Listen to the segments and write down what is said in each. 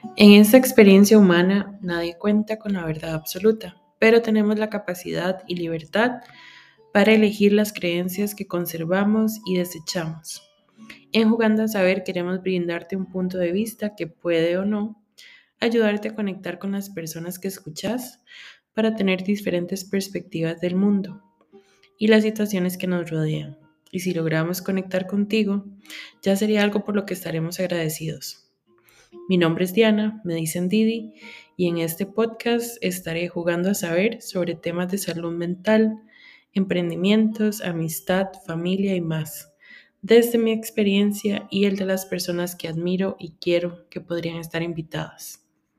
En esta experiencia humana nadie cuenta con la verdad absoluta, pero tenemos la capacidad y libertad para elegir las creencias que conservamos y desechamos. En Jugando a Saber queremos brindarte un punto de vista que puede o no ayudarte a conectar con las personas que escuchas para tener diferentes perspectivas del mundo y las situaciones que nos rodean. Y si logramos conectar contigo, ya sería algo por lo que estaremos agradecidos. Mi nombre es Diana, me dicen Didi, y en este podcast estaré jugando a saber sobre temas de salud mental, emprendimientos, amistad, familia y más, desde mi experiencia y el de las personas que admiro y quiero que podrían estar invitadas.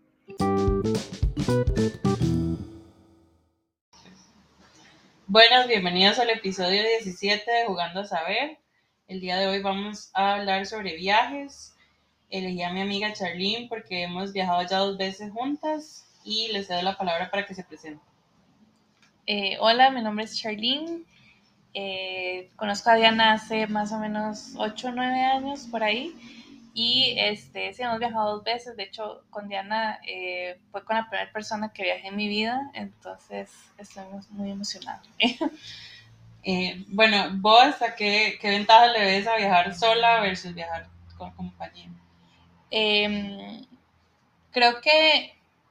Buenas, bienvenidos al episodio 17 de Jugando a Saber. El día de hoy vamos a hablar sobre viajes. Elegí a mi amiga Charlene porque hemos viajado ya 2 veces juntas y les cedo la palabra para que se presente. Hola, mi nombre es Charlene. Conozco a Diana hace más o menos 8 o 9 años por ahí. Y sí, hemos viajado 2 veces. De hecho, con Diana fue con la primera persona que viajé en mi vida. Entonces, estoy muy emocionada. Bueno, vos, ¿a qué ventajas le ves a viajar sola versus viajar con compañía? Creo que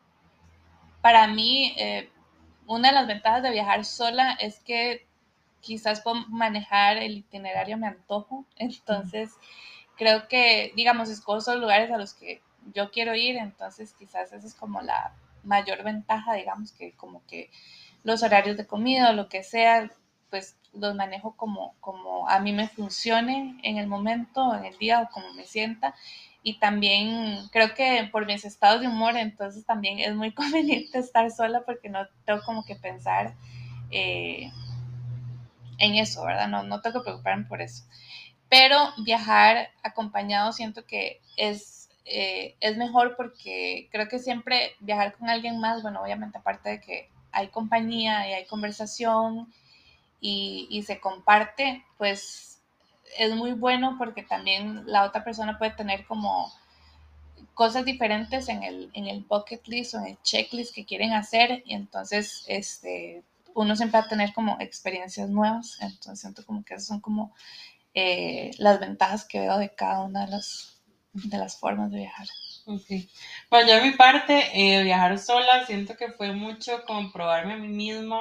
para mí, una de las ventajas de viajar sola es que quizás puedo manejar el itinerario a mi antojo. Entonces, creo que, digamos, escojo esos lugares a los que yo quiero ir. Entonces, quizás esa es como la mayor ventaja, digamos, que como que los horarios de comida o lo que sea, pues los manejo como a mí me funcione en el momento, en el día o como me sienta. Y también creo que por mis estados de humor, entonces también es muy conveniente estar sola porque no tengo como que pensar eh, en eso, ¿verdad? No tengo que preocuparme por eso. Pero viajar acompañado siento que es mejor porque creo que siempre viajar con alguien más, bueno, obviamente aparte de que hay compañía y hay conversación y se comparte, pues es muy bueno porque también la otra persona puede tener como cosas diferentes en el bucket list o en el checklist que quieren hacer, y entonces uno siempre va a tener como experiencias nuevas. Entonces siento como que esas son como las ventajas que veo de cada una de las formas de viajar. Okay. Bueno, yo a mi parte, viajar sola, siento que fue mucho como probarme a mí misma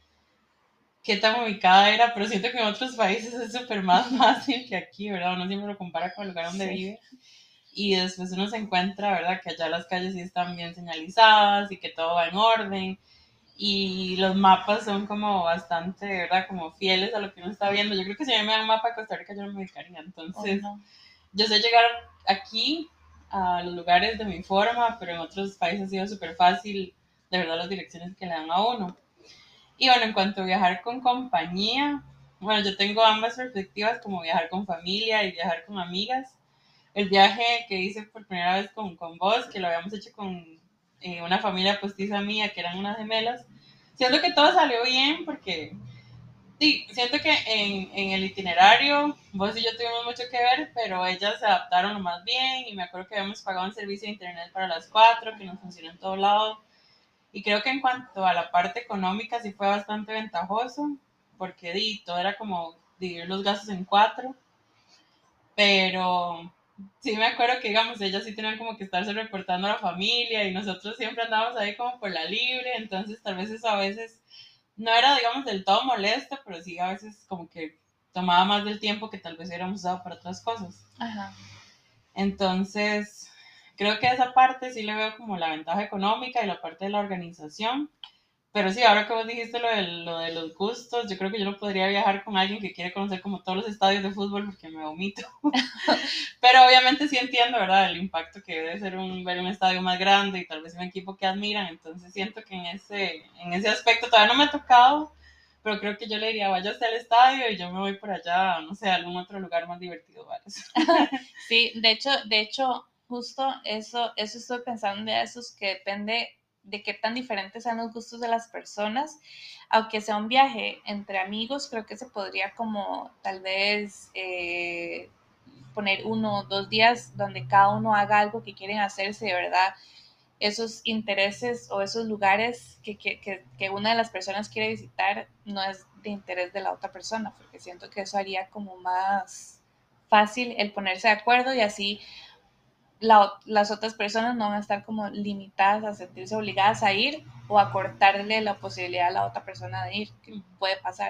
qué tan ubicada era, pero siento que en otros países es súper más fácil que aquí, ¿verdad? Uno siempre lo compara con el lugar donde vive. Y después uno se encuentra, ¿verdad? Que allá las calles sí están bien señalizadas y que todo va en orden. Y los mapas son como bastante, ¿verdad? Como fieles a lo que uno está viendo. Yo creo que si a mí me dan un mapa de Costa Rica yo no me ubicaría. Entonces, yo sé llegar aquí a los lugares de mi forma, pero en otros países ha sido súper fácil, de verdad, las direcciones que le dan a uno. Y bueno, en cuanto a viajar con compañía, bueno, yo tengo ambas perspectivas, como viajar con familia y viajar con amigas. El viaje que hice por primera vez con vos, que lo habíamos hecho con una familia postiza mía, que eran unas gemelas, siento que todo salió bien porque sí, siento que en el itinerario vos y yo tuvimos mucho que ver, pero ellas se adaptaron lo más bien y me acuerdo que habíamos pagado un servicio de internet para las 4, que nos funcionó en todo lado. Y creo que en cuanto a la parte económica sí fue bastante ventajoso, porque todo era como dividir los gastos en 4, pero sí me acuerdo que, digamos, ellas sí tenían como que estarse reportando a la familia y nosotros siempre andábamos ahí como por la libre, entonces tal vez eso a veces no era, digamos, del todo molesto, pero sí a veces como que tomaba más del tiempo que tal vez hubiéramos usado para otras cosas. Ajá. Entonces, creo que esa parte sí le veo como la ventaja económica y la parte de la organización. Pero sí, ahora que vos dijiste lo de los gustos, yo creo que yo no podría viajar con alguien que quiere conocer como todos los estadios de fútbol porque me vomito. Pero obviamente sí entiendo, ¿verdad? El impacto que debe ser ver un estadio más grande y tal vez un equipo que admiran. Entonces siento que en ese aspecto todavía no me ha tocado, pero creo que yo le diría, vaya hasta el estadio y yo me voy por allá, no sé, a algún otro lugar más divertido. Sí, de hecho, justo eso estoy pensando de esos que depende de qué tan diferentes sean los gustos de las personas. Aunque sea un viaje entre amigos, creo que se podría como tal vez poner 1 o 2 días donde cada uno haga algo que quieren hacerse de verdad, esos intereses o esos lugares que una de las personas quiere visitar no es de interés de la otra persona, porque siento que eso haría como más fácil el ponerse de acuerdo y así las otras personas no van a estar como limitadas a sentirse obligadas a ir o a cortarle la posibilidad a la otra persona de ir, que puede pasar.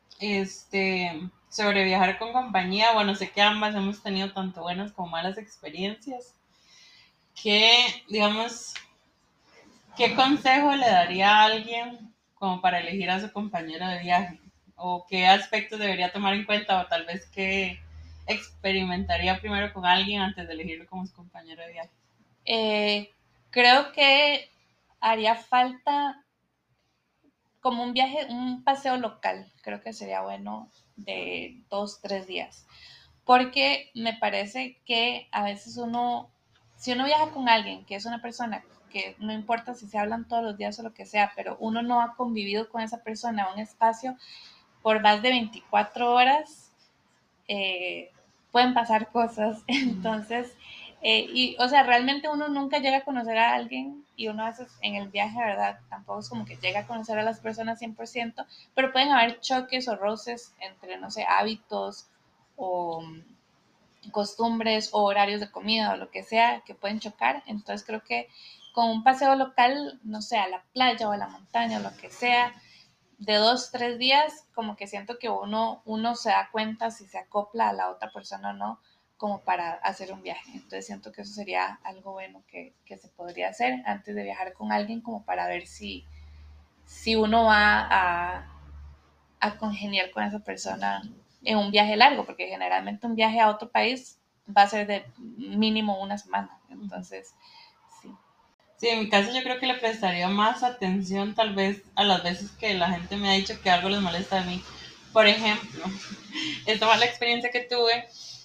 Sobre viajar con compañía, bueno, sé que ambas hemos tenido tanto buenas como malas experiencias. Digamos, ¿qué consejo le daría a alguien como para elegir a su compañero de viaje? ¿O qué aspectos debería tomar en cuenta? O tal vez qué experimentaría primero con alguien antes de elegirlo como su compañero de viaje. Creo que haría falta como un viaje, un paseo local, creo que sería bueno de 2, 3 días, porque me parece que a veces si uno viaja con alguien que es una persona que no importa si se hablan todos los días o lo que sea, pero uno no ha convivido con esa persona en un espacio por más de 24 horas, pueden pasar cosas. Entonces, o sea, realmente uno nunca llega a conocer a alguien y uno a veces en el viaje, ¿verdad? Tampoco es como que llega a conocer a las personas 100%, pero pueden haber choques o roces entre, no sé, hábitos o costumbres o horarios de comida o lo que sea que pueden chocar. Entonces creo que con un paseo local, no sé, a la playa o a la montaña o lo que sea, de 2, 3 días, como que siento que uno se da cuenta si se acopla a la otra persona o no, como para hacer un viaje. Entonces siento que eso sería algo bueno que se podría hacer antes de viajar con alguien, como para ver si uno va a congeniar con esa persona en un viaje largo, porque generalmente un viaje a otro país va a ser de mínimo una semana. Entonces, sí. Sí, en mi caso yo creo que le prestaría más atención tal vez a las veces que la gente me ha dicho que algo les molesta a mí. Por ejemplo, esta mala experiencia que tuve,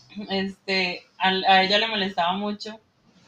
a ella le molestaba mucho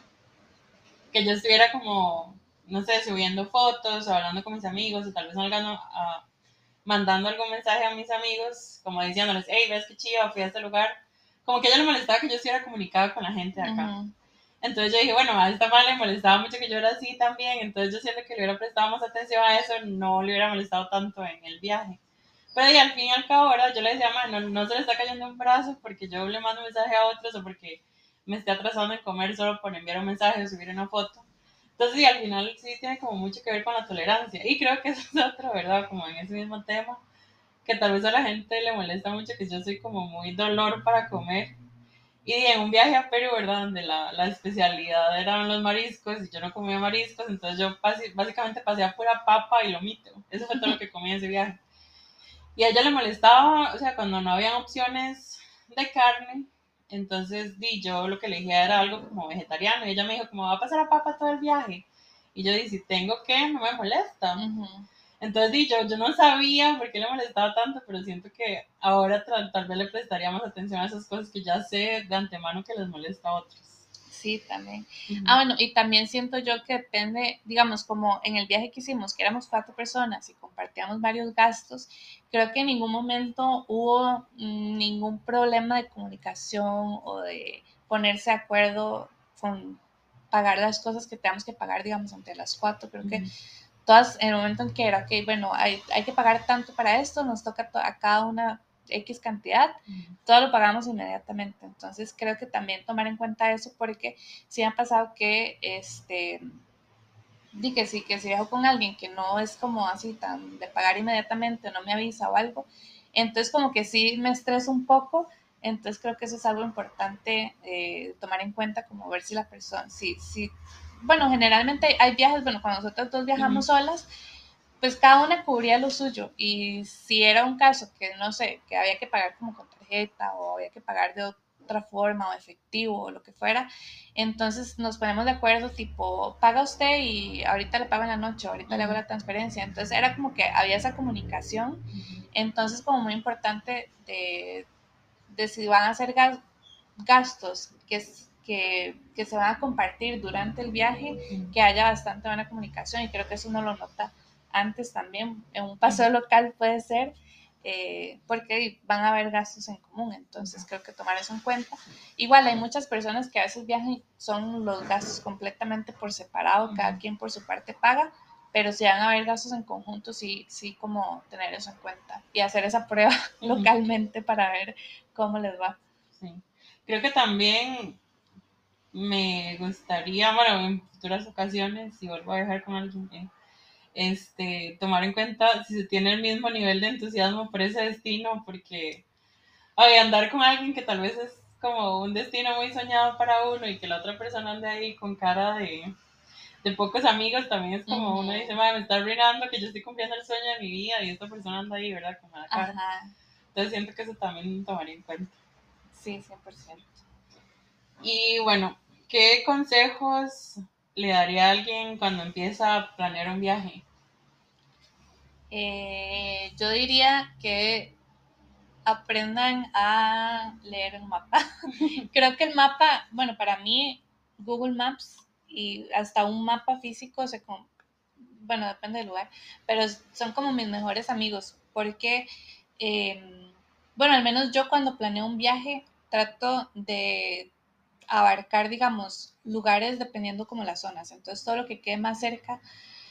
que yo estuviera como, no sé, subiendo fotos o hablando con mis amigos o tal vez mandando algún mensaje a mis amigos, como diciéndoles, hey, ves qué chido, fui a este lugar. Como que a ella le molestaba que yo estuviera comunicada con la gente de acá. Entonces yo dije, bueno, a esta madre le molestaba mucho que yo era así también, entonces yo siento que le hubiera prestado más atención a eso, no le hubiera molestado tanto en el viaje. Pero y al fin y al cabo, ahora yo le decía, no se le está cayendo un brazo porque yo le mando un mensaje a otros o porque me esté atrasando en comer solo por enviar un mensaje o subir una foto. Entonces, sí, al final sí tiene como mucho que ver con la tolerancia. Y creo que eso es otro, ¿verdad? Como en ese mismo tema, que tal vez a la gente le molesta mucho que yo soy como muy dolor para comer. Y en un viaje a Perú, ¿verdad? Donde la especialidad eran los mariscos y yo no comía mariscos, entonces yo básicamente pasé a pura papa y lomito. Eso fue todo lo que comí en ese viaje. Y a ella le molestaba, o sea, cuando no habían opciones de carne, entonces yo lo que le dije era algo como vegetariano y ella me dijo, como va a pasar a papa todo el viaje. Y yo dije, si tengo que, no me molesta. Entonces yo no sabía por qué le molestaba tanto, pero siento que ahora tal vez le prestaría más atención a esas cosas que ya sé de antemano que les molesta a otros. Sí, también. Bueno, y también siento yo que depende, digamos, como en el viaje que hicimos, que éramos 4 personas y compartíamos varios gastos, creo que en ningún momento hubo ningún problema de comunicación o de ponerse de acuerdo con pagar las cosas que tengamos que pagar, digamos, entre las 4. Creo que todas, en el momento en que era, ok, bueno, hay que pagar tanto para esto, nos toca a cada una X cantidad, todo lo pagamos inmediatamente. Entonces creo que también tomar en cuenta eso, porque sí ha pasado que di que sí, que si viajo con alguien que no es como así tan de pagar inmediatamente, no me avisa o algo, entonces como que sí me estreso un poco. Entonces creo que eso es algo importante tomar en cuenta, como ver si la persona, bueno, generalmente hay viajes, bueno, cuando nosotros dos viajamos solas, pues cada una cubría lo suyo, y si era un caso que no sé, que había que pagar como con tarjeta o había que pagar de otra forma o efectivo o lo que fuera, entonces nos ponemos de acuerdo, tipo, paga usted y ahorita le pago en la noche, ahorita le hago la transferencia. Entonces era como que había esa comunicación. Entonces como muy importante de si van a hacer gastos que se van a compartir durante el viaje, que haya bastante buena comunicación, y creo que eso uno lo nota antes también, en un paseo local puede ser, porque van a haber gastos en común, entonces creo que tomar eso en cuenta. Igual hay muchas personas que a veces viajan y son los gastos completamente por separado, cada quien por su parte paga, pero si van a haber gastos en conjunto, sí, sí como tener eso en cuenta y hacer esa prueba localmente para ver cómo les va. Sí. Creo que también me gustaría, bueno, en futuras ocasiones, si vuelvo a viajar con alguien, tomar en cuenta si se tiene el mismo nivel de entusiasmo por ese destino, porque andar con alguien que tal vez es como un destino muy soñado para uno y que la otra persona ande ahí con cara de pocos amigos, también es como uno dice, me está arruinando que yo estoy cumpliendo el sueño de mi vida y esta persona anda ahí, ¿verdad? Con la cara. Ajá. Entonces siento que eso también tomaría en cuenta. Sí, 100%. Y bueno, ¿qué consejos le daría a alguien cuando empieza a planear un viaje? Yo diría que aprendan a leer el mapa. Creo que el mapa, bueno, para mí, Google Maps y hasta un mapa físico bueno, depende del lugar, pero son como mis mejores amigos, porque, bueno, al menos yo cuando planeo un viaje trato de abarcar, digamos, lugares dependiendo como las zonas, entonces todo lo que quede más cerca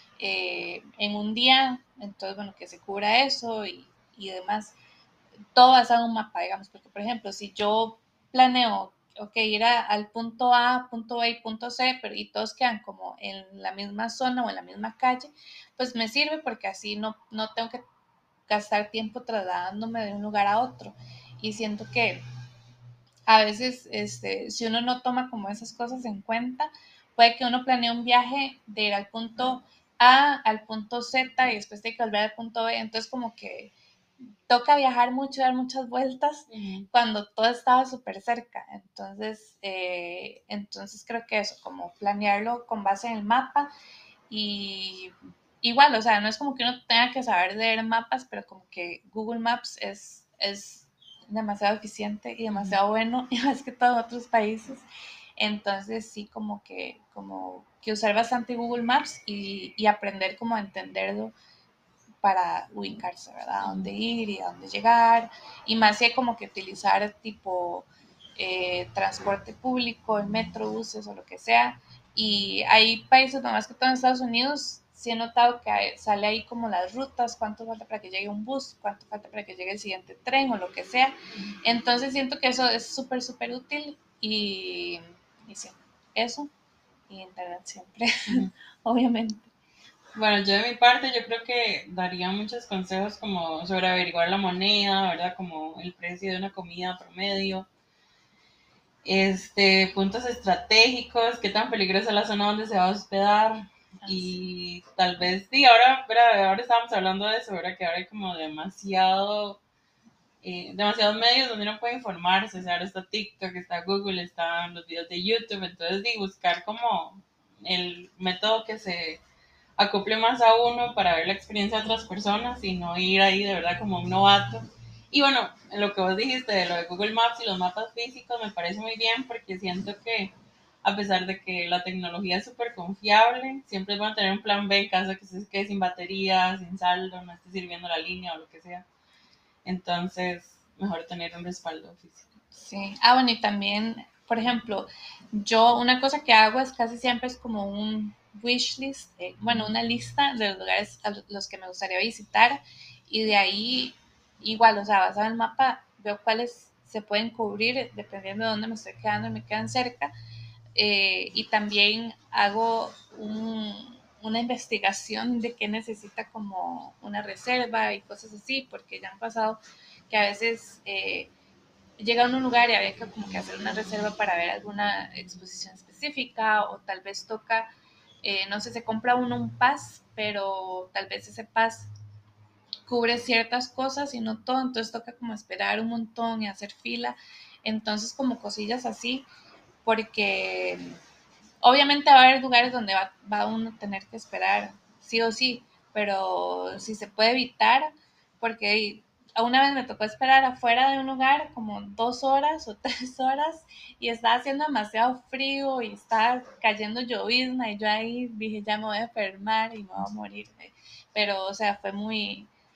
en un día, entonces, bueno, que se cubra eso y demás, todo basado en un mapa, digamos, porque, por ejemplo, si yo planeo, ok, ir al punto A, punto B y punto C, pero y todos quedan como en la misma zona o en la misma calle, pues me sirve porque así no tengo que gastar tiempo trasladándome de un lugar a otro. Y siento que a veces, si uno no toma como esas cosas en cuenta, puede que uno planee un viaje de ir al punto A al punto Z y después de que volver al punto B, entonces como que toca viajar mucho, dar muchas vueltas cuando todo estaba súper cerca. Entonces creo que eso, como planearlo con base en el mapa y igual, o sea, no es como que uno tenga que saber leer mapas, pero como que Google Maps es demasiado eficiente y demasiado bueno, y más que todo en otros países. Entonces sí, como que usar bastante Google Maps y aprender como a entenderlo para ubicarse, ¿verdad? A dónde ir y a dónde llegar. Y más si hay como que utilizar tipo transporte público, el metro, buses o lo que sea. Y hay países, nomás que todo en Estados Unidos, sí he notado que sale ahí como las rutas, cuánto falta para que llegue un bus, cuánto falta para que llegue el siguiente tren o lo que sea. Entonces siento que eso es súper, súper útil y sí, eso y internet siempre, obviamente. Bueno, yo de mi parte, yo creo que daría muchos consejos como sobre averiguar la moneda, ¿verdad? Como el precio de una comida promedio, puntos estratégicos, qué tan peligrosa es la zona donde se va a hospedar y tal vez, sí, ahora estábamos hablando de eso, ¿verdad? Que ahora hay como demasiados medios donde uno puede informarse, o sea, ahora está TikTok, está Google, están los videos de YouTube, entonces buscar como el método que se acople más a uno para ver la experiencia de otras personas y no ir ahí de verdad como un novato. Y bueno, lo que vos dijiste de lo de Google Maps y los mapas físicos me parece muy bien porque siento que a pesar de que la tecnología es súper confiable, siempre es bueno tener un plan B en caso de que se quede sin batería, sin saldo, no esté sirviendo la línea o lo que sea. Entonces, mejor tener un respaldo físico. Sí. Ah, bueno, y también, por ejemplo, yo una cosa que hago es casi siempre es como un wish list, bueno, una lista de los lugares a los que me gustaría visitar y de ahí, igual, o sea, basado en el mapa, veo cuáles se pueden cubrir dependiendo de dónde me estoy quedando y me quedan cerca. Y también hago una investigación de qué necesita como una reserva y cosas así, porque ya han pasado que a veces llega a un lugar y había que como que hacer una reserva para ver alguna exposición específica o tal vez toca, no sé, se compra uno un pass, pero tal vez ese pass cubre ciertas cosas y no todo, entonces toca como esperar un montón y hacer fila, entonces como cosillas así, porque obviamente va a haber lugares donde va uno a tener que esperar, sí o sí, pero si se puede evitar, porque una vez me tocó esperar afuera de un lugar como 2 horas o 3 horas y estaba haciendo demasiado frío y estaba cayendo llovizna y yo ahí dije ya me voy a enfermar y me voy a morir, pero o sea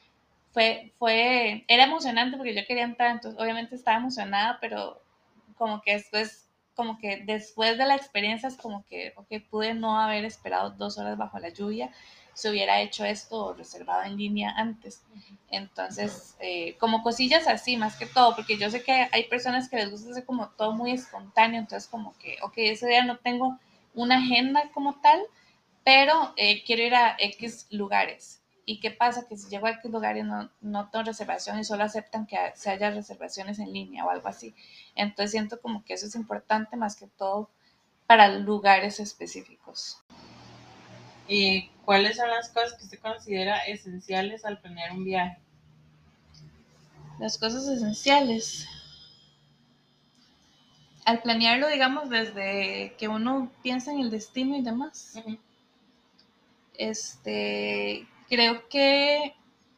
era emocionante porque yo quería entrar, entonces obviamente estaba emocionada, pero como que después de la experiencia es como que, ok, pude no haber esperado 2 horas bajo la lluvia, si hubiera hecho esto o reservado en línea antes. Entonces, como cosillas así, más que todo, porque yo sé que hay personas que les gusta hacer como todo muy espontáneo, entonces como que, ok, ese día no tengo una agenda como tal, pero quiero ir a X lugares. ¿Y qué pasa? Que si llego a X lugares no tengo reservación y solo aceptan que se haya reservaciones en línea o algo así. Entonces siento como que eso es importante más que todo para lugares específicos. ¿Y cuáles son las cosas que usted considera esenciales al planear un viaje? Las cosas esenciales. Al planearlo, digamos, desde que uno piensa en el destino y demás, Uh-huh. creo que,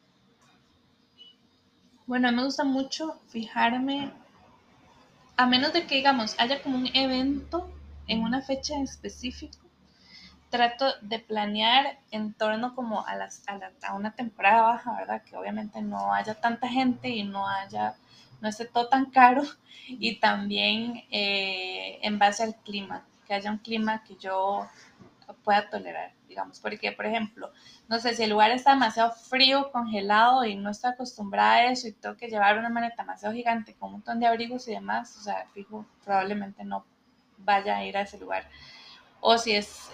bueno, a mí me gusta mucho fijarme, a menos de que, digamos, haya como un evento en una fecha en específico, trato de planear en torno como a una temporada baja, ¿verdad? Que obviamente no haya tanta gente y no esté todo tan caro, y también en base al clima, que haya un clima que yo pueda tolerar, digamos, porque por ejemplo, no sé, si el lugar está demasiado frío, congelado y no estoy acostumbrada a eso y tengo que llevar una maleta demasiado gigante con un montón de abrigos y demás, o sea, fijo, probablemente no vaya a ir a ese lugar. O si es,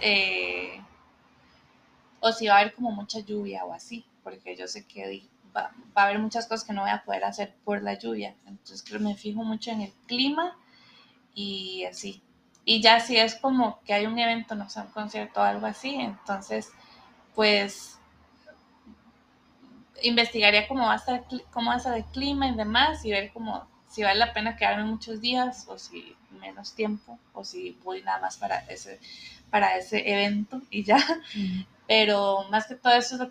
o si va a haber como mucha lluvia o así, porque yo sé que va a haber muchas cosas que no voy a poder hacer por la lluvia, entonces creo que me fijo mucho en el clima y así. Y ya si es como que hay un evento, no sé, un concierto o algo así, entonces pues investigaría cómo va a estar el clima y demás y ver como si vale la pena quedarme muchos días o si menos tiempo o si voy nada más para ese evento y ya. Pero más que todo eso es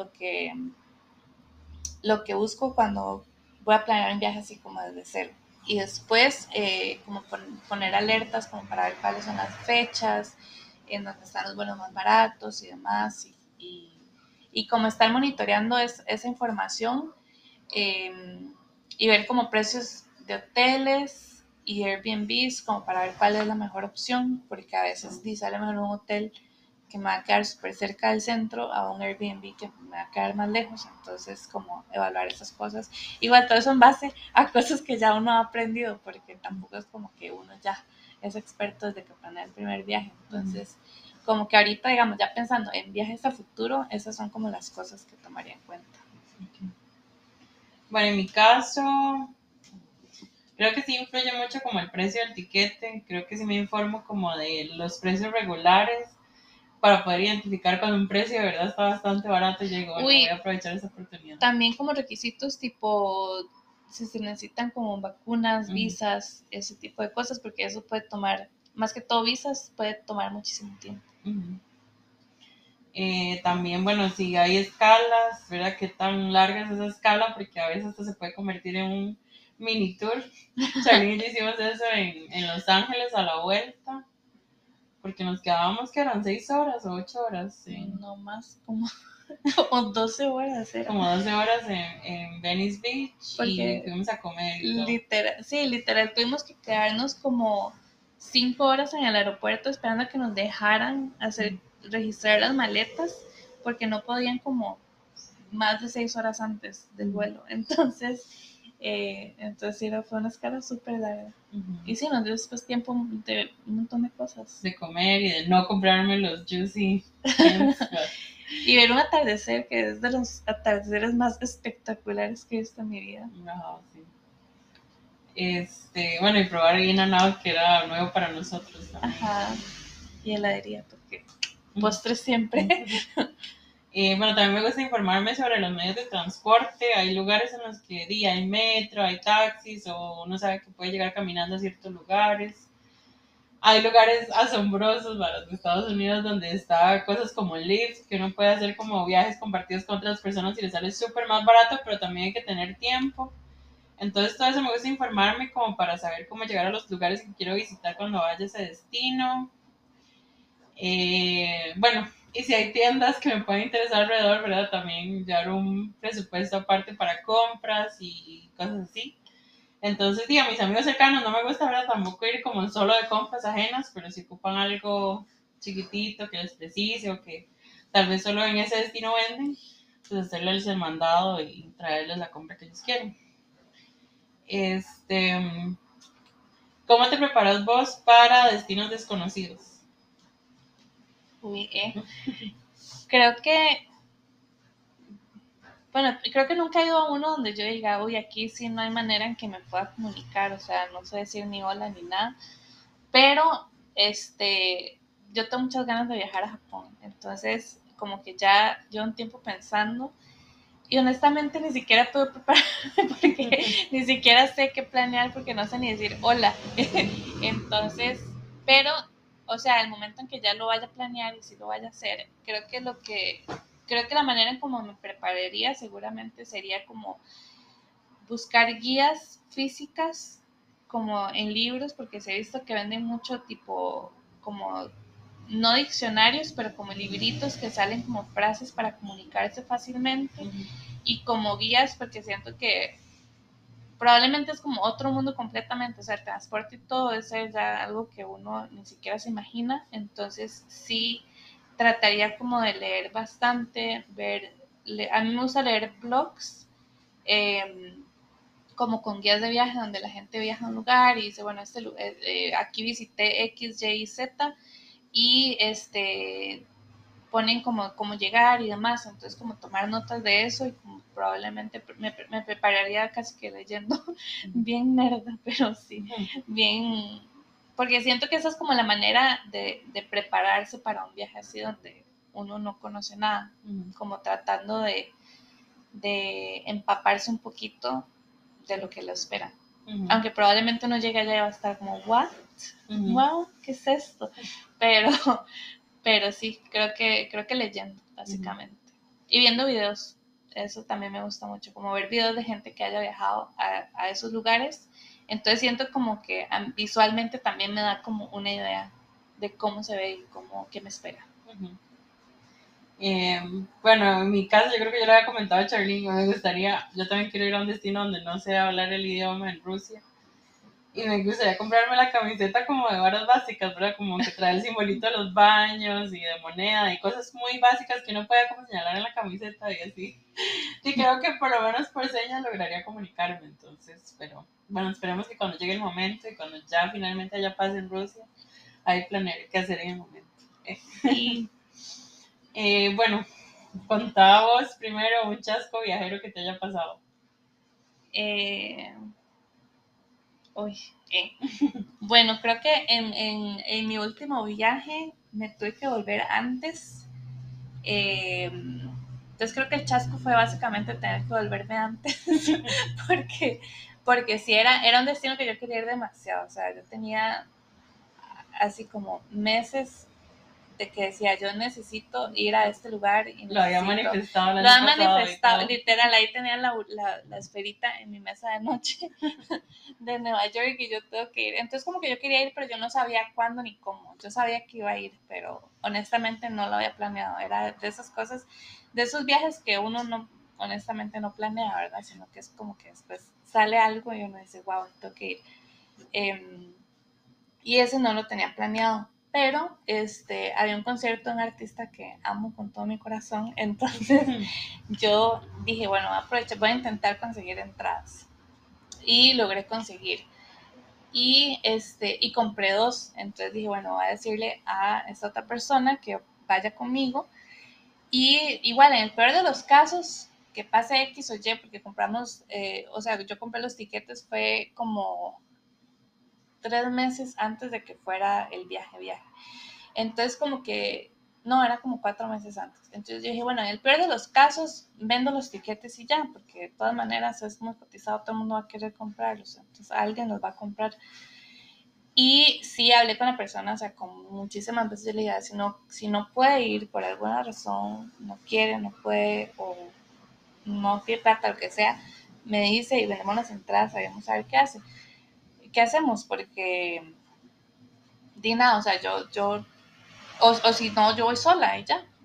lo que busco cuando voy a planear un viaje así como desde cero. Y después como poner alertas como para ver cuáles son las fechas, en donde están los vuelos más baratos y demás. Y como estar monitoreando esa información eh, y ver como precios de hoteles y Airbnbs como para ver cuál es la mejor opción, porque a veces sale mejor un hotel que me va a quedar súper cerca del centro a un Airbnb que me va a quedar más lejos, entonces como evaluar esas cosas. Igual todo eso en base a cosas que ya uno ha aprendido, porque tampoco es como que uno ya es experto desde que planea el primer viaje, entonces como que ahorita, digamos, ya pensando en viajes a futuro, esas son como las cosas que tomaría en cuenta. Okay. Bueno, en mi caso, creo que sí influye mucho como el precio del tiquete, creo que sí me informo como de los precios regulares para poder identificar cuando un precio de verdad está bastante barato y digo, bueno, voy a aprovechar esa oportunidad. También como requisitos tipo si se necesitan como vacunas, visas, ese tipo de cosas, porque eso puede tomar, más que todo visas, puede tomar muchísimo tiempo. También, bueno, si hay escalas, ¿verdad? ¿Qué tan larga es esa escala? Porque a veces esto se puede convertir en un mini tour. Charlie y yo hicimos eso en Los Ángeles a la vuelta, porque nos quedábamos que eran 6 horas o 8 horas. Sí. No más, como 12 horas. Era. Como 12 horas en Venice Beach porque y fuimos a comer. Literal, tuvimos que quedarnos como 5 horas en el aeropuerto esperando a que nos dejaran registrar las maletas, porque no podían como más de 6 horas antes del vuelo. Entonces fue una escala súper larga. Y sí, nos dio después tiempo de un montón de cosas. De comer y de no comprarme los juicy. Y ver un atardecer que es de los atardeceres más espectaculares que he visto en mi vida. No, sí. Bueno, y probar In-N-Out, que era nuevo para nosotros también. Ajá. Y heladería, porque postres siempre. Bueno, también me gusta informarme sobre los medios de transporte. Hay lugares en los que hay metro, hay taxis, o uno sabe que puede llegar caminando a ciertos lugares. Hay lugares asombrosos para los Estados Unidos donde está cosas como Lyft, que uno puede hacer como viajes compartidos con otras personas y les sale súper más barato, pero también hay que tener tiempo. Entonces todo eso me gusta informarme como para saber cómo llegar a los lugares que quiero visitar cuando vaya a ese destino. Bueno, Y si hay tiendas que me pueden interesar alrededor, ¿verdad? También llevar un presupuesto aparte para compras y cosas así. Entonces, a mis amigos cercanos no me gusta, ¿verdad? Tampoco ir como solo de compras ajenas, pero si ocupan algo chiquitito que les precise o que tal vez solo en ese destino venden, pues hacerles el mandado y traerles la compra que ellos quieren. Este, ¿Cómo te preparas vos para destinos desconocidos? Uy, creo que, bueno, creo que nunca he ido a uno donde yo diga, uy, aquí sí no hay manera en que me pueda comunicar, o sea, no sé decir ni hola ni nada, pero yo tengo muchas ganas de viajar a Japón, entonces como que ya llevo un tiempo pensando y honestamente ni siquiera puedo prepararme porque ni siquiera sé qué planear porque no sé ni decir hola. Entonces, pero, o sea, el momento en que ya lo vaya a planear y si lo vaya a hacer, creo que la manera en cómo me prepararía seguramente sería como buscar guías físicas como en libros, porque se ha visto que venden mucho tipo como no diccionarios, pero como libritos que salen como frases para comunicarse fácilmente y como guías, porque siento que probablemente es como otro mundo completamente, o sea, el transporte y todo eso es ya algo que uno ni siquiera se imagina, entonces sí trataría como de leer bastante, a mí me gusta leer blogs, eh, como con guías de viaje donde la gente viaja a un lugar y dice, bueno, aquí visité X, Y, Z y ponen como cómo llegar y demás, entonces como tomar notas de eso y como probablemente me prepararía casi que leyendo bien nerda, pero sí, bien, porque siento que esa es como la manera de prepararse para un viaje así donde uno no conoce nada, como tratando de empaparse un poquito de lo que lo espera. Aunque probablemente uno llegue allá y va a estar como, ¿what? Wow, ¿qué es esto? Pero pero sí, creo que leyendo, básicamente. Y viendo videos, eso también me gusta mucho, como ver videos de gente que haya viajado a esos lugares. Entonces siento como que visualmente también me da como una idea de cómo se ve y qué me espera. Bueno, en mi caso yo creo que yo le había comentado a Charlene, me gustaría, yo también quiero ir a un destino donde no sé hablar el idioma en Rusia. Y me gustaría comprarme la camiseta como de varas básicas, ¿verdad? Como que trae el simbolito de los baños y de moneda y cosas muy básicas que uno pueda como señalar en la camiseta y así. Y creo que por lo menos por señas lograría comunicarme, entonces, pero bueno, esperemos que cuando llegue el momento y cuando ya finalmente haya paz en Rusia, ahí planearé qué hacer en el momento. Sí. Bueno, contá vos primero un chasco viajero que te haya pasado. Uy, Bueno, creo que en mi último viaje me tuve que volver antes. Entonces creo que el chasco fue básicamente tener que volverme antes, porque, porque sí era un destino que yo quería ir demasiado. O sea, yo tenía así como meses de que decía, yo necesito ir a este lugar y Lo había necesito. manifestado el Lo año han pasado y manifestado, todo. literal, ahí tenía la esferita en mi mesa de noche de Nueva York y yo tengo que ir. Entonces como que yo quería ir, pero yo no sabía cuándo ni cómo. Yo sabía que iba a ir, pero honestamente no lo había planeado. Era de esas cosas, de esos viajes que uno no, honestamente no planea, ¿verdad? Sino que es como que después sale algo y uno dice, wow, tengo que ir. Y ese no lo tenía planeado. Pero había un concierto de un artista que amo con todo mi corazón. Entonces yo dije, bueno, voy a intentar conseguir entradas. Y logré conseguir. Y compré dos. Entonces dije, bueno, voy a decirle a esta otra persona que vaya conmigo. Y igual, en el peor de los casos, que pase X o Y, porque compramos, o sea, yo compré los tiquetes, fue como 3 meses antes de que fuera el viaje. Entonces como que, no, era como 4 meses antes. Entonces yo dije, bueno, en el peor de los casos, vendo los tiquetes y ya, porque de todas maneras es muy cotizado, todo el mundo va a querer comprarlos, entonces alguien los va a comprar. Y sí, hablé con la persona, o sea, con muchísimas veces yo le dije, si no puede ir por alguna razón, no quiere, no puede, o no tiene plata, lo que sea, me dice y vendemos las entradas, sabemos a ver qué hacemos, porque di nada, o sea, o si no, yo voy sola y ya.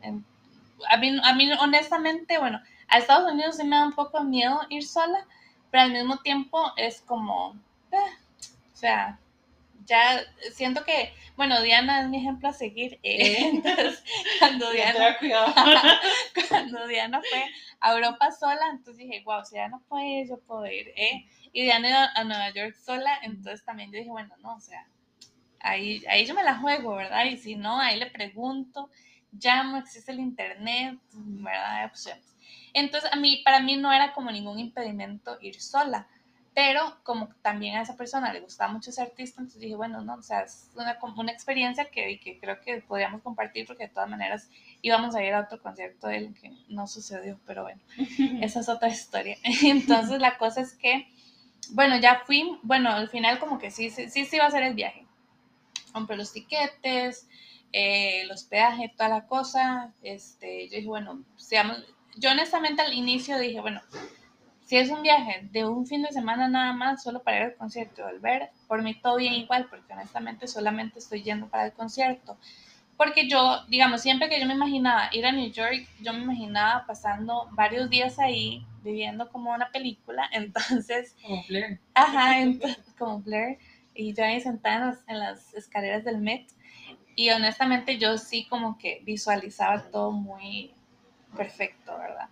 A mí honestamente, bueno, a Estados Unidos sí me da un poco de miedo ir sola, pero al mismo tiempo es como, o sea, ya siento que, bueno, Diana es mi ejemplo a seguir. Entonces, cuando Diana, cuando Diana fue a Europa sola, entonces dije, wow, si Diana puede ir, yo puedo ir. Y Diana iba a Nueva York sola, entonces también yo dije, bueno, no, o sea, ahí yo me la juego, ¿verdad? Y si no, ahí le pregunto, llamo, existe el internet, ¿verdad? Opciones. Entonces, para mí no era como ningún impedimento ir sola, pero como también a esa persona le gustaba mucho ese artista, entonces dije, bueno, no, o sea, es una experiencia que creo que podríamos compartir porque de todas maneras íbamos a ir a otro concierto de él que no sucedió, pero bueno, esa es otra historia. Entonces la cosa es que, bueno, ya fui, bueno, al final como que sí iba a hacer el viaje. Compré los tiquetes, el hospedaje, toda la cosa. Yo dije, bueno, seamos, yo honestamente al inicio dije, bueno, si es un viaje de un fin de semana nada más, solo para ir al concierto y volver, por mí todo bien igual, porque honestamente solamente estoy yendo para el concierto. Porque yo, digamos, siempre que yo me imaginaba ir a New York, yo me imaginaba pasando varios días ahí, viviendo como una película, entonces... Como Blair. Ajá, entonces, como Blair, y yo ahí sentada en las escaleras del Met, y honestamente yo sí como que visualizaba todo muy perfecto, ¿verdad?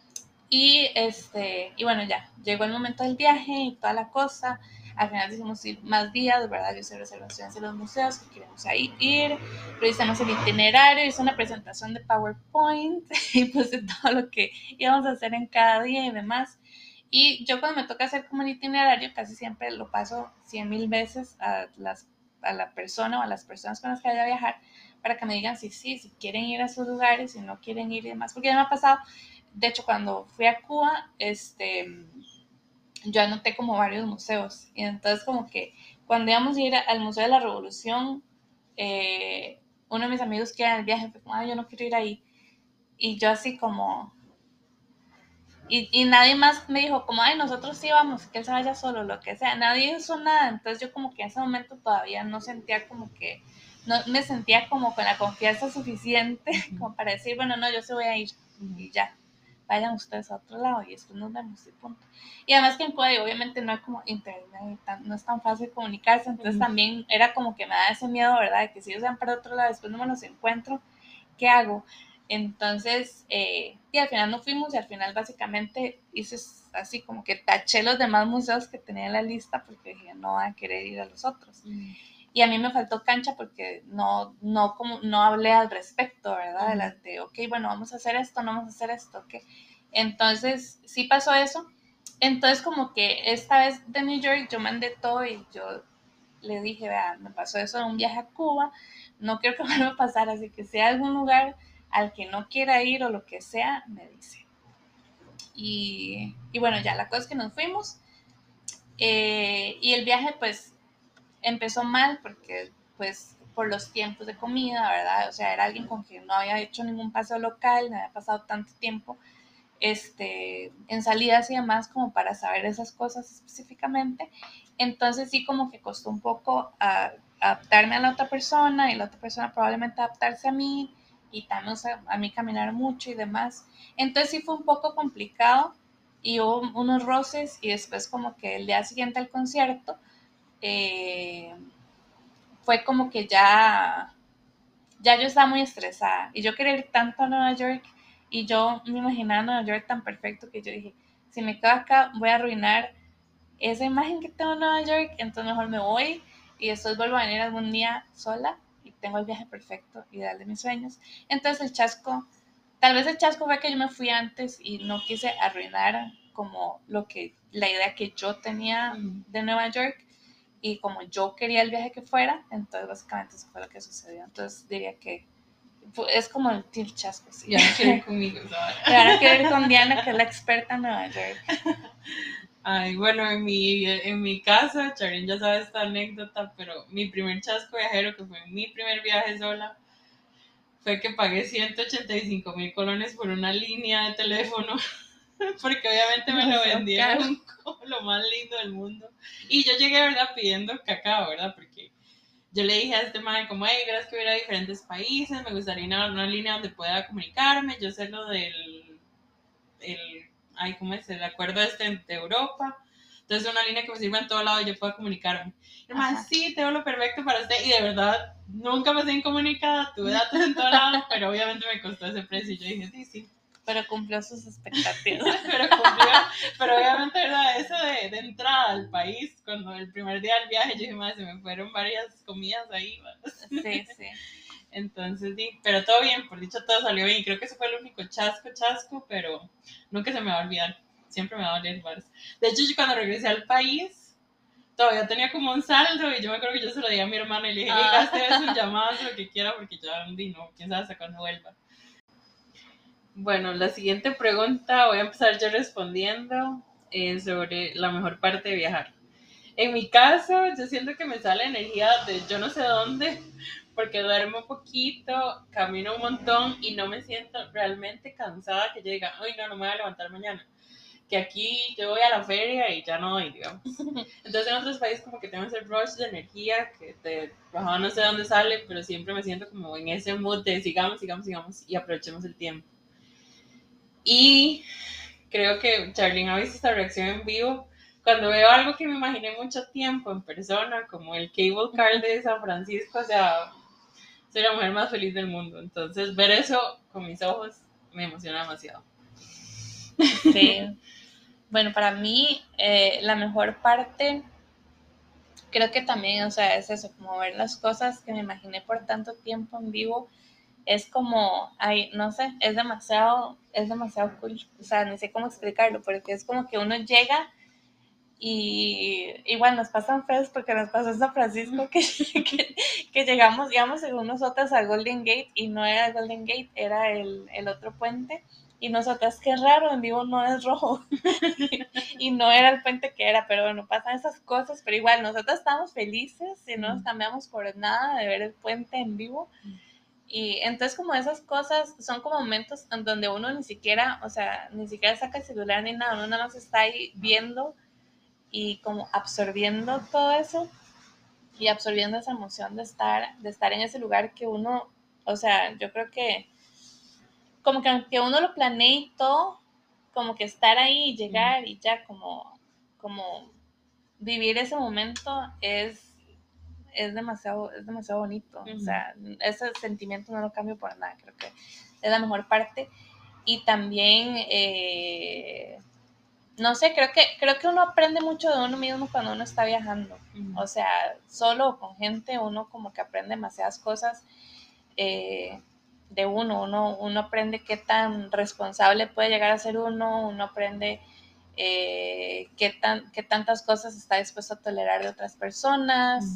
Y bueno, ya, llegó el momento del viaje y toda la cosa. Al final decidimos ir más días, ¿verdad? Yo hice reservaciones en los museos que queremos ahí ir, revisamos el itinerario, hice una presentación de PowerPoint y puse todo lo que íbamos a hacer en cada día y demás. Y yo cuando me toca hacer como el itinerario, casi siempre lo paso 100,000 veces a la persona o a las personas con las que vaya a viajar para que me digan si quieren ir a esos lugares, si no quieren ir y demás. Porque ya me ha pasado, de hecho, cuando fui a Cuba, yo anoté como varios museos. Y entonces como que cuando íbamos a ir al Museo de la Revolución, uno de mis amigos que era en el viaje fue como, ay, yo no quiero ir ahí. Y yo así como... Y nadie más me dijo como, ay, nosotros sí vamos, que él se vaya solo, lo que sea. Nadie hizo nada. Entonces yo como que en ese momento todavía no sentía como que... No me sentía como con la confianza suficiente como para decir, bueno, no, yo sí voy a ir. Y ya, vayan ustedes a otro lado y después nos vemos y punto. Y además que en Cuba obviamente no hay como internet, no es tan fácil comunicarse, entonces también era como que me da ese miedo, ¿verdad? De que si ellos van para otro lado, después no me los encuentro, ¿qué hago? Entonces, y al final no fuimos y al final básicamente hice así como que taché los demás museos que tenía en la lista porque dije, no voy a querer ir a los otros. Y a mí me faltó cancha porque no hablé al respecto, ¿verdad? De, ok, bueno, vamos a hacer esto, no vamos a hacer esto, ok. Entonces, sí pasó eso. Entonces, como que esta vez de New York yo mandé todo y yo le dije, vea, me pasó eso en un viaje a Cuba, no quiero que vuelva a pasar, así que si hay algún lugar al que no quiera ir o lo que sea, me dice. Y bueno, ya la cosa es que nos fuimos y el viaje pues empezó mal porque pues por los tiempos de comida, ¿verdad? O sea, era alguien con quien no había hecho ningún paseo local, no había pasado tanto tiempo en salidas y demás como para saber esas cosas específicamente. Entonces sí como que costó un poco adaptarme a la otra persona y la otra persona probablemente adaptarse a mí y también a mí caminar mucho y demás. Entonces sí fue un poco complicado y hubo unos roces y después como que el día siguiente al concierto eh, fue como que ya yo estaba muy estresada y yo quería ir tanto a Nueva York y yo me imaginaba Nueva York tan perfecto que yo dije, si me quedo acá voy a arruinar esa imagen que tengo de Nueva York, entonces mejor me voy y después vuelvo a venir algún día sola y tengo el viaje perfecto, ideal de mis sueños. Entonces tal vez el chasco fue que yo me fui antes y no quise arruinar como la idea que yo tenía de Nueva York y como yo quería el viaje que fuera, entonces básicamente eso fue lo que sucedió. Entonces diría que es como el Team Chasco, sí. Ya no quiero ir conmigo, ¿sabes? Ahora quiero ir con Diana, que es la experta en Nueva York. Ay, bueno, en mi casa, Charín ya sabe esta anécdota, pero mi primer chasco viajero, que fue mi primer viaje sola, fue que pagué 185,000 colones por una línea de teléfono, porque obviamente me lo vendieron como lo más lindo del mundo. Y yo llegué, ¿verdad? Pidiendo cacao, ¿verdad? Porque yo le dije a este man como, hey, gracias que hubiera diferentes países, me gustaría una línea donde pueda comunicarme, yo sé lo del, ¿cómo es? El acuerdo de Europa, entonces una línea que me sirva en todo lado y yo pueda comunicarme. Y más, sí, tengo lo perfecto para usted, y de verdad, nunca me pasé incomunicada, tuve datos en todo lado, pero obviamente me costó ese precio, y yo dije, sí, sí. Pero cumplió sus expectativas. pero obviamente era eso de entrada al país, cuando el primer día del viaje, yo dije, madre, se me fueron varias comidas ahí. Sí, sí. Entonces, sí, pero todo bien, por dicho todo salió bien, y creo que ese fue el único chasco, pero nunca se me va a olvidar, siempre me va a doler bares. De hecho, yo cuando regresé al país, todavía tenía como un saldo, y yo me acuerdo que yo se lo di a mi hermana y le dije, hey, gaste eso en llamadas, lo que quiera, porque ya, no, quién sabe hasta cuándo vuelva. Bueno, la siguiente pregunta voy a empezar yo respondiendo sobre la mejor parte de viajar. En mi caso, yo siento que me sale energía de yo no sé dónde, porque duermo poquito, camino un montón y no me siento realmente cansada que yo diga, uy, no me voy a levantar mañana. Que aquí yo voy a la feria y ya no doy, digamos. Entonces en otros países como que tengo ese rush de energía que no sé dónde sale, pero siempre me siento como en ese mood de sigamos y aprovechemos el tiempo. Y creo que Charlene ha visto esta reacción en vivo. Cuando veo algo que me imaginé mucho tiempo en persona, como el cable car de San Francisco, o sea, soy la mujer más feliz del mundo. Entonces, ver eso con mis ojos me emociona demasiado. Sí. Bueno, para mí, la mejor parte, creo que también, o sea, es eso, como ver las cosas que me imaginé por tanto tiempo en vivo. Es como, ay, no sé, es demasiado cool. O sea, ni sé cómo explicarlo, porque es como que uno llega y igual nos pasan feos porque nos pasó en San Francisco que llegamos, íbamos según nosotras al Golden Gate y no era el Golden Gate, era el otro puente. Y nosotras, qué raro, en vivo no es rojo. Y no era el puente que era, pero bueno, pasan esas cosas. Pero igual, nosotros estamos felices y no nos cambiamos por nada de ver el puente en vivo. Y entonces como esas cosas son como momentos en donde uno ni siquiera, o sea, ni siquiera saca el celular ni nada, uno nada más está ahí viendo y como absorbiendo todo eso y absorbiendo esa emoción de estar en ese lugar que uno, o sea, yo creo que como que aunque uno lo planee y todo, como que estar ahí y llegar y ya como vivir ese momento es demasiado bonito. O sea, ese sentimiento no lo cambio por nada, creo que es la mejor parte. Y también, no sé, creo que uno aprende mucho de uno mismo cuando uno está viajando. O sea, solo o con gente uno como que aprende demasiadas cosas de uno aprende qué tan responsable puede llegar a ser uno aprende qué tantas cosas está dispuesto a tolerar de otras personas,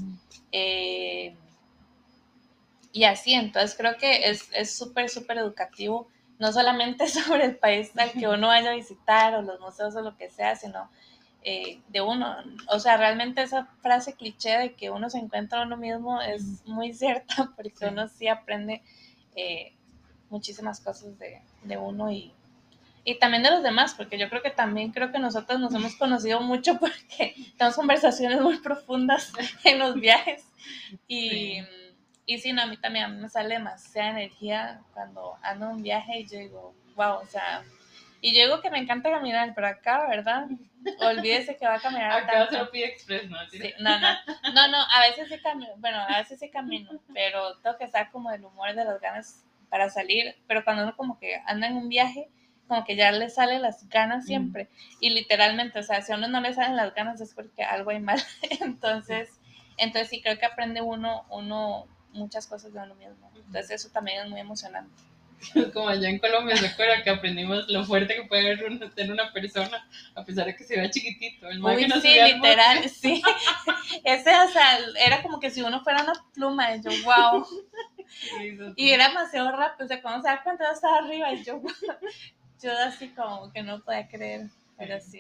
y así, entonces creo que es súper, súper educativo, no solamente sobre el país al que uno vaya a visitar o los museos o lo que sea, sino de uno. O sea, realmente esa frase cliché de que uno se encuentra a uno mismo es muy cierta, porque sí, uno sí aprende muchísimas cosas de uno y también de los demás, porque yo creo que nosotros nos hemos conocido mucho porque tenemos conversaciones muy profundas en los viajes y, sí. Y sí, no, a mí también me sale demasiada energía cuando ando en un viaje y yo digo, wow, o sea, y yo digo que me encanta caminar, pero acá, ¿verdad? Olvídese que va a caminar acá tanto. Se lo pide express, ¿no? Sí, no, a veces sí camino, pero tengo que estar como del humor de las ganas para salir, pero cuando uno como que anda en un viaje, como que ya le salen las ganas siempre, y literalmente, o sea, si a uno no le salen las ganas es porque algo hay mal, entonces sí creo que aprende uno muchas cosas de uno mismo, entonces eso también es muy emocionante. Como allá en Colombia, ¿se acuerda que aprendimos lo fuerte que puede tener una persona a pesar de que se vea chiquitito? El Uy, que sí, literal, sí. Ese, o sea, era como que si uno fuera una pluma, y yo, wow. Sí, y era demasiado rápido, o sea, cuando se da cuenta, yo estaba arriba, y yo, yo así como que no podía creer, pero sí.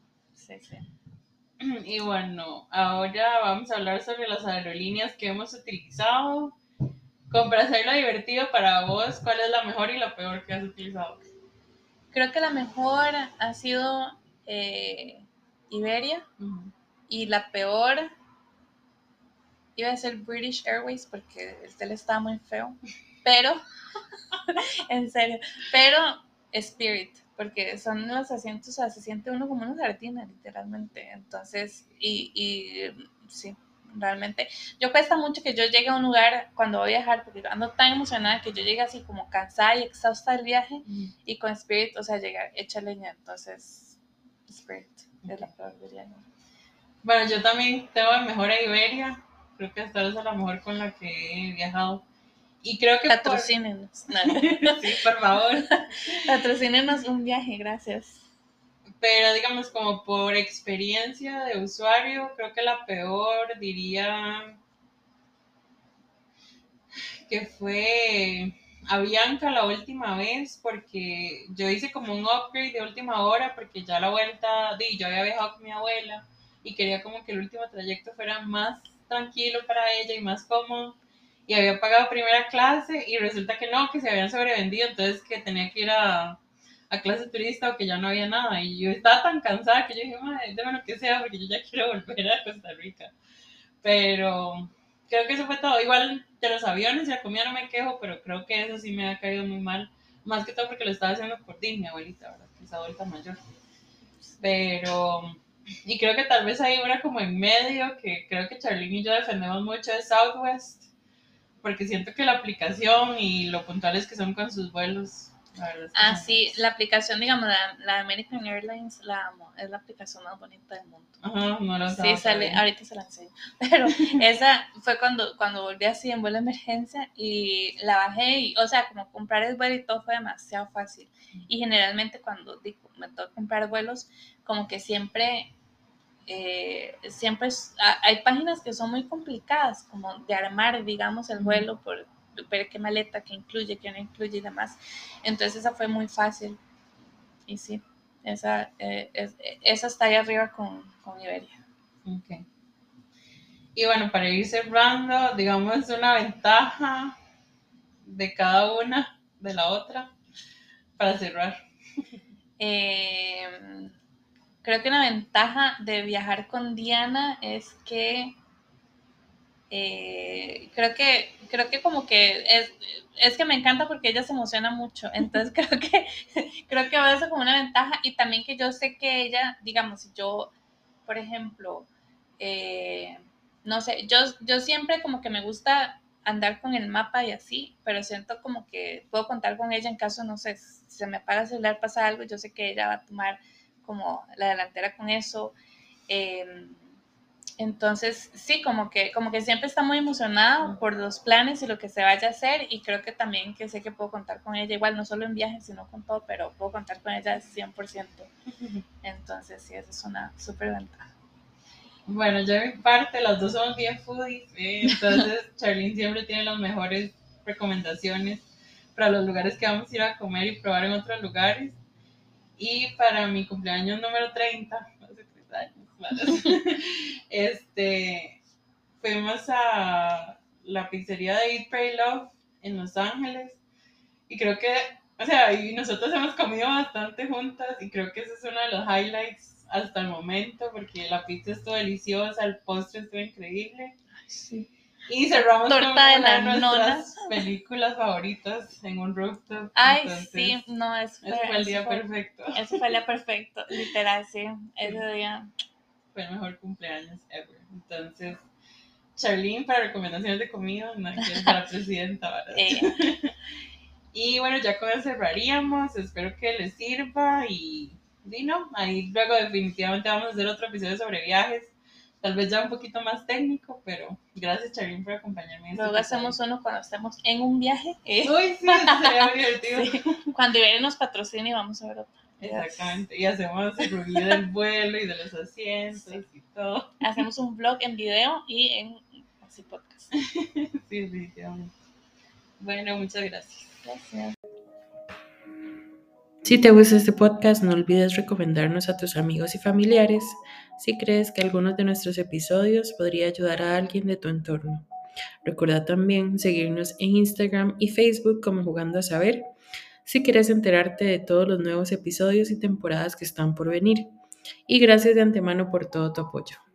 Y bueno, ahora vamos a hablar sobre las aerolíneas que hemos utilizado. Para hacerlo divertido para vos, ¿cuál es la mejor y la peor que has utilizado? Creo que la mejor ha sido Iberia, y la peor, iba a decir British Airways porque el tele estaba muy feo, pero, en serio, pero Spirit, porque son los asientos, o sea, se siente uno como una sardina, literalmente. Entonces, sí, realmente. Yo cuesta mucho que yo llegue a un lugar cuando voy a viajar, porque ando tan emocionada que yo llegue así como cansada y exhausta del viaje, y con Spirit, o sea, llegar hecha leña. Entonces, Spirit es la peor, diría yo. Bueno, yo también tengo de mejor a Iberia. Creo que hasta ahora es la mejor con la que he viajado. Y creo que Patrocínenos. Sí, por favor. Patrocínenos un viaje, gracias. Pero digamos, como por experiencia de usuario, creo que la peor diría que fue a Bianca la última vez, porque yo hice como un upgrade de última hora, porque ya la vuelta, yo había viajado con mi abuela y quería como que el último trayecto fuera más tranquilo para ella y más cómodo. Y había pagado primera clase y resulta que no, que se habían sobrevendido, entonces que tenía que ir a clase turista o que ya no había nada. Y yo estaba tan cansada que yo dije, madre, déjame lo que sea, porque yo ya quiero volver a Costa Rica. Pero creo que eso fue todo. Igual de los aviones y la comida no me quejo, pero creo que eso sí me ha caído muy mal. Más que todo porque lo estaba haciendo por ti, mi abuelita, ¿verdad? Que es adulta mayor. Pero, y creo que tal vez hay una como en medio, que creo que Charlene y yo defendemos mucho de Southwest, porque siento que la aplicación y lo puntuales que son con sus vuelos, la verdad es que sí, la aplicación, digamos, la American Airlines, la amo, es la aplicación más bonita del mundo. Ajá, no la Sí, sale, ahorita se la enseño. Pero esa fue cuando volví así en vuelo de emergencia y la bajé y, o sea, como comprar el vuelo y todo fue demasiado fácil. Y generalmente cuando me toca comprar vuelos, como que siempre hay páginas que son muy complicadas, como de armar, digamos, el vuelo por ver qué maleta, qué incluye, qué no incluye y demás. Entonces esa fue muy fácil. Y sí, esa está ahí arriba con Iberia. Okay. Y bueno, para ir cerrando, digamos una ventaja de cada una de la otra para cerrar. Creo que una ventaja de viajar con Diana es que creo que como que es que me encanta porque ella se emociona mucho, entonces creo que va a ser como una ventaja y también que yo sé que ella, digamos, si yo, por ejemplo, no sé, yo siempre como que me gusta andar con el mapa y así, pero siento como que puedo contar con ella en caso, no sé, si se me apaga el celular, pasa algo, yo sé que ella va a tomar como la delantera con eso. Entonces, sí, como que siempre está muy emocionada por los planes y lo que se vaya a hacer y creo que también que sé que puedo contar con ella, igual no solo en viajes, sino con todo, pero puedo contar con ella al 100%. Entonces, sí, eso es una súper ventaja. Bueno, yo de mi parte, las dos somos bien foodies, entonces Charlene siempre tiene las mejores recomendaciones para los lugares que vamos a ir a comer y probar en otros lugares. Y para mi cumpleaños número 30, hace 3 años, fuimos a la pizzería de Eat, Pray, Love en Los Ángeles. Y creo que, o sea, y nosotros hemos comido bastante juntas y creo que ese es uno de los highlights hasta el momento porque la pizza estuvo deliciosa, el postre estuvo increíble. Sí. Y cerramos Torta con de una de la nuestras películas favoritas en un rooftop. Ay, entonces, sí, no, ese fue el día perfecto. Eso fue el día perfecto, literal, sí, ese día. Fue el mejor cumpleaños ever. Entonces, Charlene para recomendaciones de comida, no quiero para presidenta, ¿verdad? Y bueno, ya con eso cerraríamos. Espero que les sirva y no, ahí luego definitivamente vamos a hacer otro episodio sobre viajes. Tal vez ya un poquito más técnico, pero gracias Charlene por acompañarme. Luego hacemos uno cuando estemos en un viaje. Uy, sí, eso sería muy divertido. Sí, cuando Iberia nos patrocine y vamos a ver otra. Exactamente, y hacemos el review del vuelo y de los asientos y todo. Hacemos un vlog en video y en así podcast. Sí, definitivamente. Bueno, muchas gracias. Gracias. Si te gusta este podcast, no olvides recomendarnos a tus amigos y familiares si crees que algunos de nuestros episodios podría ayudar a alguien de tu entorno. Recuerda también seguirnos en Instagram y Facebook como Jugando a Saber si quieres enterarte de todos los nuevos episodios y temporadas que están por venir. Y gracias de antemano por todo tu apoyo.